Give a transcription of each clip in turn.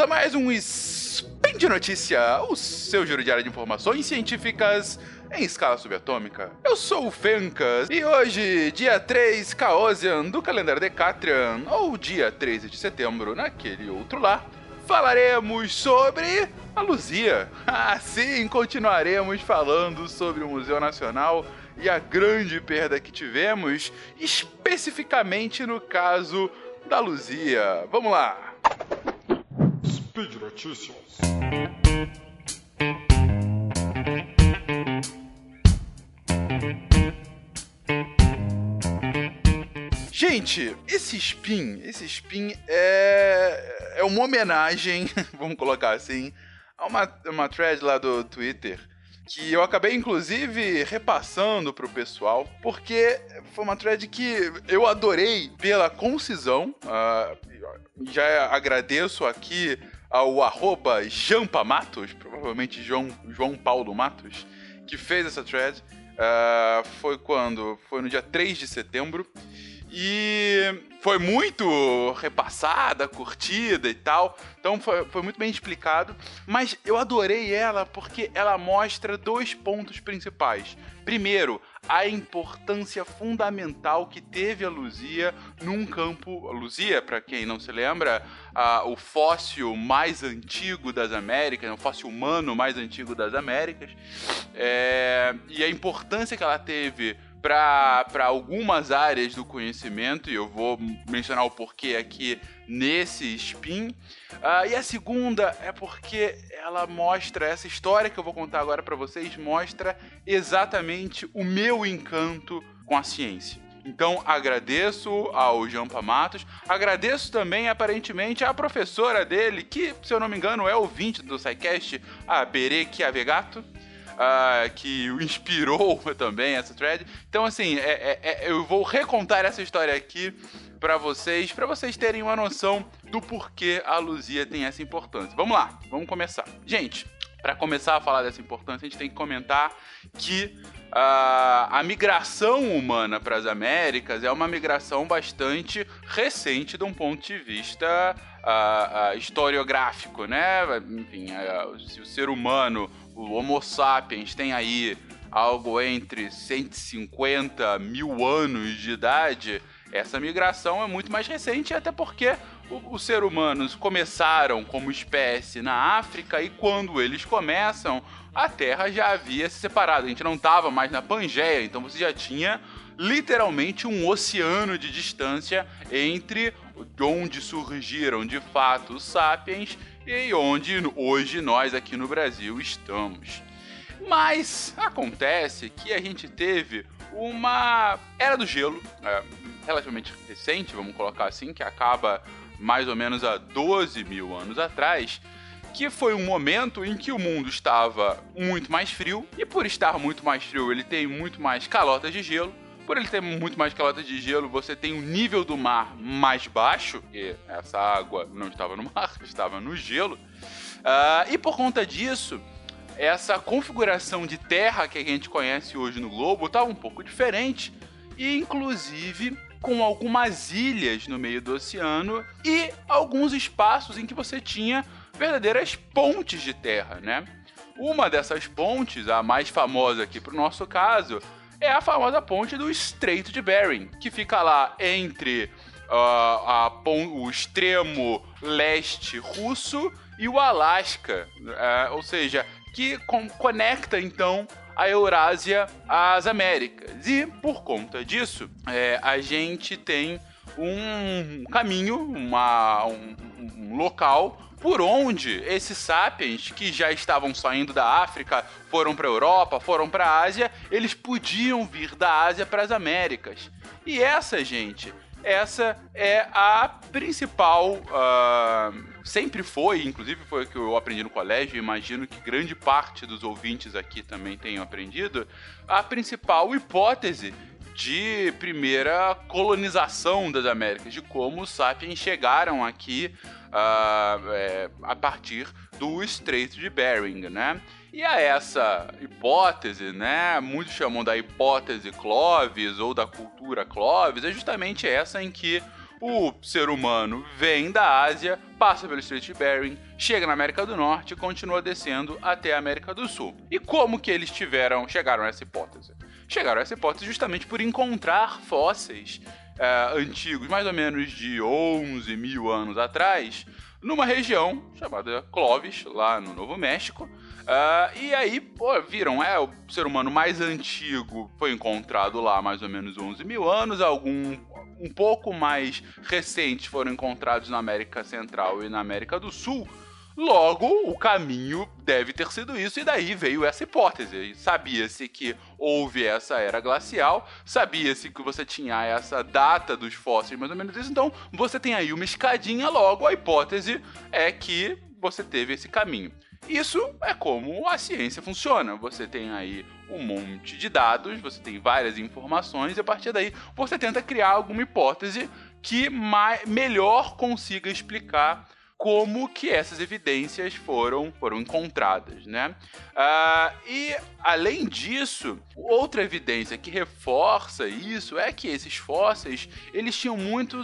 a mais um Spin de Notícia, o seu giro diário de informações científicas em escala subatômica. Eu sou o Fencas e hoje, dia 3 Caosian do calendário Decatrian, ou dia 13 de setembro naquele outro lá, falaremos sobre a Luzia. Sim, continuaremos falando sobre o Museu Nacional e a grande perda que tivemos, especificamente no caso da Luzia. Vamos lá! Speed Notícias. Gente, esse spin é uma homenagem, vamos colocar assim, a uma thread lá do Twitter, que eu acabei, inclusive, repassando pro pessoal, porque foi uma thread que eu adorei pela concisão. Já agradeço aqui ao @Jampamatos, provavelmente João Paulo Matos, que fez essa thread. Foi quando? Foi no dia 3 de setembro. E foi muito repassada, curtida e tal. Então foi muito bem explicado. Mas eu adorei ela porque ela mostra dois pontos principais. Primeiro, a importância fundamental que teve a Luzia num campo... A Luzia, para quem não se lembra, o fóssil mais antigo das Américas, o fóssil humano mais antigo das Américas. E a importância que ela teve para algumas áreas do conhecimento, e eu vou mencionar o porquê aqui nesse spin. E a segunda é porque ela mostra, essa história que eu vou contar agora para vocês, mostra exatamente o meu encanto com a ciência. Então, agradeço ao Jampamatos, agradeço também, aparentemente, à professora dele, que, se eu não me engano, é ouvinte do SciCast, a Bere Chiavegato, que inspirou também essa thread. Então, assim, eu vou recontar essa história aqui para vocês terem uma noção do porquê a Luzia tem essa importância. Vamos lá, vamos começar. Gente, para começar a falar dessa importância, a gente tem que comentar que a migração humana para as Américas é uma migração bastante recente de um ponto de vista historiográfico, né? Enfim, se o ser humano, o Homo sapiens, tem aí algo entre 150 mil anos de idade, essa migração é muito mais recente, até porque os seres humanos começaram como espécie na África e quando eles começam, a Terra já havia se separado. A gente não estava mais na Pangeia, então você já tinha literalmente um oceano de distância entre onde surgiram de fato os sapiens e onde hoje nós aqui no Brasil estamos. Mas acontece que a gente teve uma era do gelo, relativamente recente, vamos colocar assim, que acaba mais ou menos há 12 mil anos atrás, que foi um momento em que o mundo estava muito mais frio, e por estar muito mais frio, ele tem muito mais calotas de gelo. Por ele ter muito mais calotas de gelo, você tem um nível do mar mais baixo, e essa água não estava no mar, estava no gelo. E por conta disso, essa configuração de terra que a gente conhece hoje no globo estava um pouco diferente, e inclusive com algumas ilhas no meio do oceano e alguns espaços em que você tinha verdadeiras pontes de terra, né? Uma dessas pontes, a mais famosa aqui para o nosso caso, é a famosa ponte do Estreito de Bering, que fica lá entre o extremo leste russo e o Alasca, ou seja, que conecta então a Eurásia às Américas. E por conta disso, a gente tem um caminho, um local por onde esses sapiens que já estavam saindo da África, foram para a Europa, foram para a Ásia, eles podiam vir da Ásia para as Américas. E essa é a principal, sempre foi, inclusive foi o que eu aprendi no colégio, imagino que grande parte dos ouvintes aqui também tenham aprendido, a principal hipótese de primeira colonização das Américas, de como os sapiens chegaram aqui a partir do Estreito de Bering, né? E a essa hipótese, né, muitos chamam da hipótese Clovis ou da cultura Clovis, é justamente essa em que o ser humano vem da Ásia, passa pelo Estreito de Bering, chega na América do Norte e continua descendo até a América do Sul. E como que eles chegaram a essa hipótese? Chegaram a essa hipótese justamente por encontrar fósseis antigos, mais ou menos de 11 mil anos atrás, numa região chamada Clovis, lá no Novo México. E aí, viram, o ser humano mais antigo foi encontrado lá há mais ou menos 11 mil anos, um pouco mais recentes foram encontrados na América Central e na América do Sul. Logo, o caminho deve ter sido isso, e daí veio essa hipótese. Sabia-se que houve essa era glacial, sabia-se que você tinha essa data dos fósseis, mais ou menos isso, então você tem aí uma escadinha, logo a hipótese é que você teve esse caminho. Isso é como a ciência funciona. Você tem aí um monte de dados, você tem várias informações, e a partir daí você tenta criar alguma hipótese que melhor consiga explicar como que essas evidências foram encontradas, né? E, além disso, outra evidência que reforça isso é que esses fósseis, eles tinham muito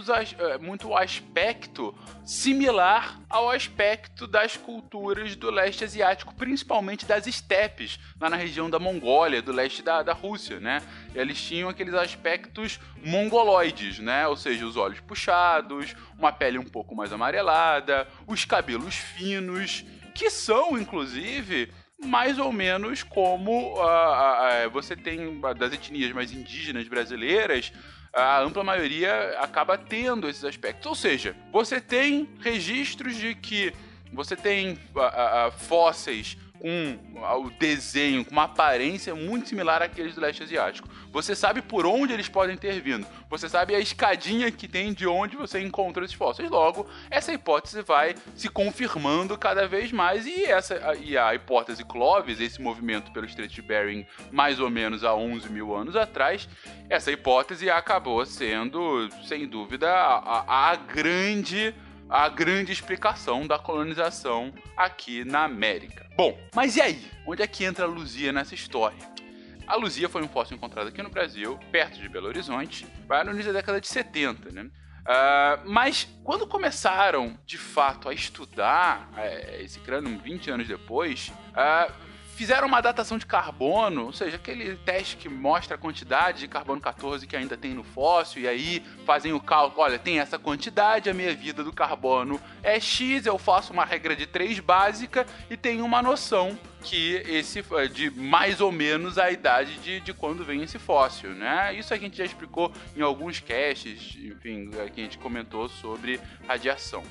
aspecto similar ao aspecto das culturas do leste asiático, principalmente das estepes, lá na região da Mongólia, do leste da Rússia, né? Eles tinham aqueles aspectos mongoloides, né? Ou seja, os olhos puxados, uma pele um pouco mais amarelada, os cabelos finos, que são, inclusive, mais ou menos como você tem das etnias mais indígenas brasileiras. A ampla maioria acaba tendo esses aspectos. Ou seja, você tem registros de que você tem fósseis com o desenho, com uma aparência muito similar àqueles do leste asiático. Você sabe por onde eles podem ter vindo. Você sabe a escadinha que tem de onde você encontra esses fósseis. Logo, essa hipótese vai se confirmando cada vez mais. E a hipótese Clovis, esse movimento pelo Estreito de Bering mais ou menos há 11 mil anos atrás, essa hipótese acabou sendo, sem dúvida, a grande explicação da colonização aqui na América. Bom, mas e aí? Onde é que entra a Luzia nessa história? A Luzia foi um fóssil encontrado aqui no Brasil, perto de Belo Horizonte, no início da década de 70, né? Mas quando começaram, de fato, a estudar esse crânio 20 anos depois, fizeram uma datação de carbono, ou seja, aquele teste que mostra a quantidade de carbono 14 que ainda tem no fóssil, e aí fazem o cálculo, olha, tem essa quantidade, a minha vida do carbono é X, eu faço uma regra de 3 básica e tenho uma noção que de mais ou menos a idade de quando vem esse fóssil, né? Isso a gente já explicou em alguns casts, enfim, que a gente comentou sobre radiação.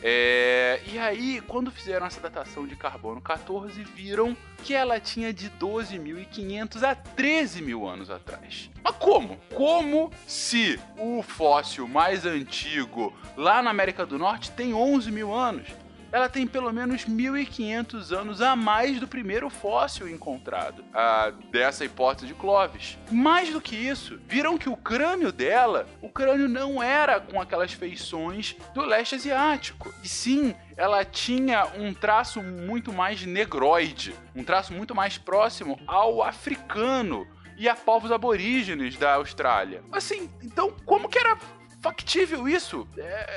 E aí, quando fizeram essa datação de carbono 14, viram que ela tinha de 12.500 a 13 mil anos atrás. Mas como? Como se o fóssil mais antigo lá na América do Norte tem 11 mil anos? Ela tem pelo menos 1.500 anos a mais do primeiro fóssil encontrado, dessa hipótese de Clovis. Mais do que isso, viram que o crânio não era com aquelas feições do leste asiático. E sim, ela tinha um traço muito mais negroide, um traço muito mais próximo ao africano e a povos aborígenes da Austrália. Assim, então como que era factível isso?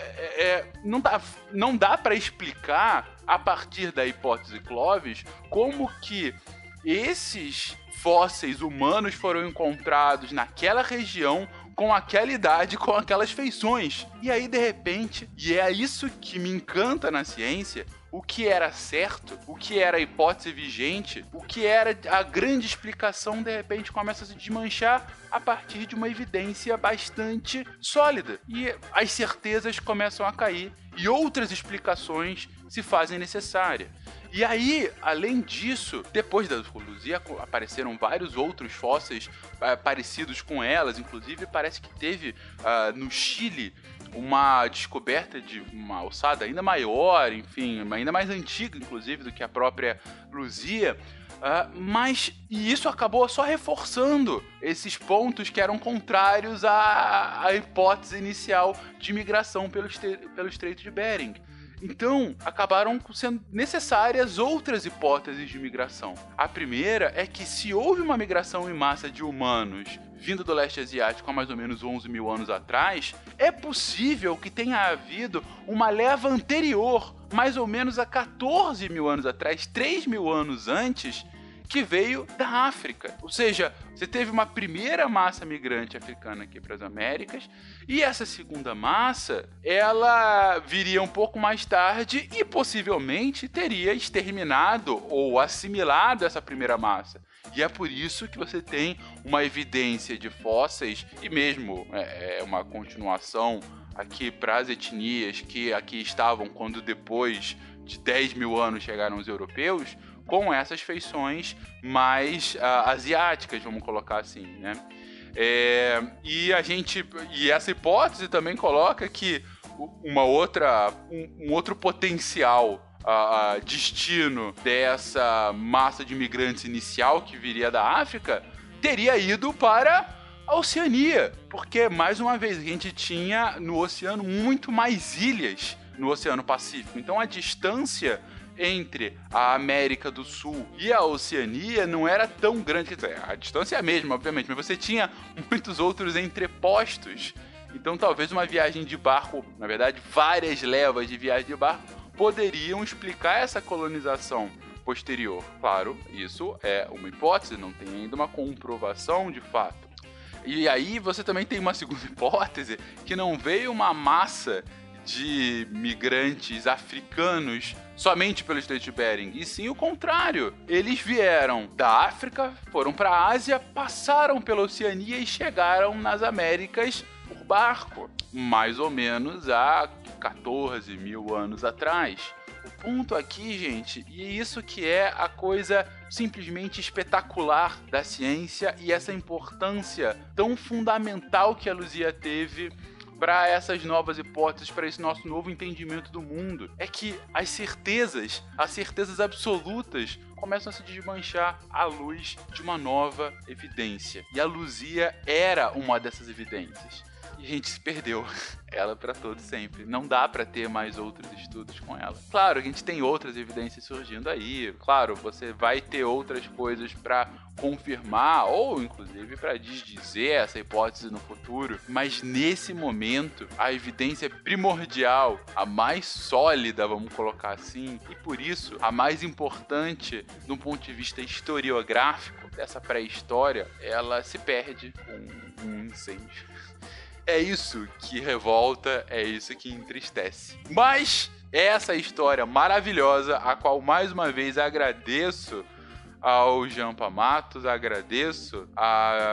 Não dá para explicar, a partir da hipótese Clovis, como que esses fósseis humanos foram encontrados naquela região, com aquela idade, com aquelas feições. E aí, de repente, e é isso que me encanta na ciência, o que era certo, o que era a hipótese vigente, o que era a grande explicação, de repente começa a se desmanchar a partir de uma evidência bastante sólida. E as certezas começam a cair e outras explicações se fazem necessárias. E aí, além disso, depois da Luzia apareceram vários outros fósseis parecidos com elas, inclusive parece que teve no Chile uma descoberta de uma alçada ainda maior, enfim, ainda mais antiga, inclusive, do que a própria Luzia. E isso acabou só reforçando esses pontos que eram contrários à hipótese inicial de migração pelo Estreito de Bering. Então, acabaram sendo necessárias outras hipóteses de migração. A primeira é que se houve uma migração em massa de humanos vindo do leste asiático há mais ou menos 11 mil anos atrás, é possível que tenha havido uma leva anterior, mais ou menos há 14 mil anos atrás, 3 mil anos antes, que veio da África. Ou seja, você teve uma primeira massa migrante africana aqui para as Américas, e essa segunda massa, ela viria um pouco mais tarde e possivelmente teria exterminado ou assimilado essa primeira massa. E é por isso que você tem uma evidência de fósseis e mesmo uma continuação aqui para as etnias que aqui estavam quando depois de 10 mil anos chegaram os europeus, com essas feições mais asiáticas, vamos colocar assim, né? E essa hipótese também coloca que um outro potencial destino dessa massa de imigrantes inicial que viria da África teria ido para a Oceania, porque, mais uma vez, a gente tinha no oceano muito mais ilhas no Oceano Pacífico, então a distância entre a América do Sul e a Oceania não era tão grande. A distância é a mesma, obviamente, mas você tinha muitos outros entrepostos. Então talvez uma viagem de barco, na verdade várias levas de viagem de barco, poderiam explicar essa colonização posterior. Claro, isso é uma hipótese, não tem ainda uma comprovação de fato. E aí você também tem uma segunda hipótese, que não veio uma massa de migrantes africanos somente pelo Estreito de Bering, e sim o contrário. Eles vieram da África, foram para a Ásia, passaram pela Oceania e chegaram nas Américas por barco, mais ou menos há 14 mil anos atrás. O ponto aqui, gente, e é isso que é a coisa simplesmente espetacular da ciência e essa importância tão fundamental que a Luzia teve para essas novas hipóteses, para esse nosso novo entendimento do mundo, é que as certezas absolutas, começam a se desmanchar à luz de uma nova evidência. E a Luzia era uma dessas evidências. E a gente se perdeu ela para todo sempre. Não dá para ter mais outros estudos com ela. Claro, a gente tem outras evidências surgindo aí. Claro, você vai ter outras coisas para confirmar ou inclusive para desdizer essa hipótese no futuro. Mas nesse momento, a evidência primordial, a mais sólida, vamos colocar assim, e por isso a mais importante do ponto de vista historiográfico dessa pré-história, ela se perde com um incêndio. É isso que revolta, é isso que entristece. Mas essa história maravilhosa, a qual mais uma vez agradeço ao Jampa Matos, agradeço a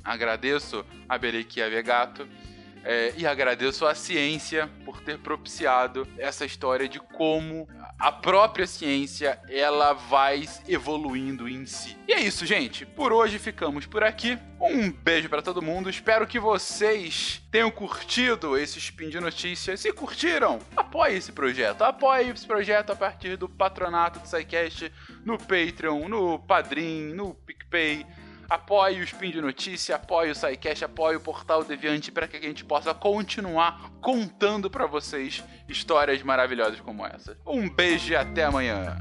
Belequia Vegato, e agradeço à ciência por ter propiciado essa história de como a própria ciência ela vai evoluindo em si. E é isso, gente. Por hoje ficamos por aqui. Um beijo pra todo mundo. Espero que vocês tenham curtido esse Spin de Notícias. Se curtiram, apoie esse projeto. Apoie esse projeto a partir do patronato do SciCast, no Patreon, no Padrim, no PicPay. Apoie o Spin de Notícia, apoie o SciCast, apoie o Portal Deviante para que a gente possa continuar contando para vocês histórias maravilhosas como essa. Um beijo e até amanhã!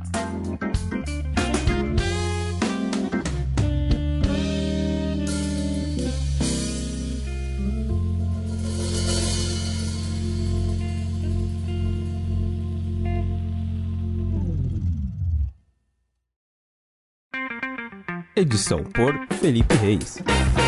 Edição por Felipe Reis.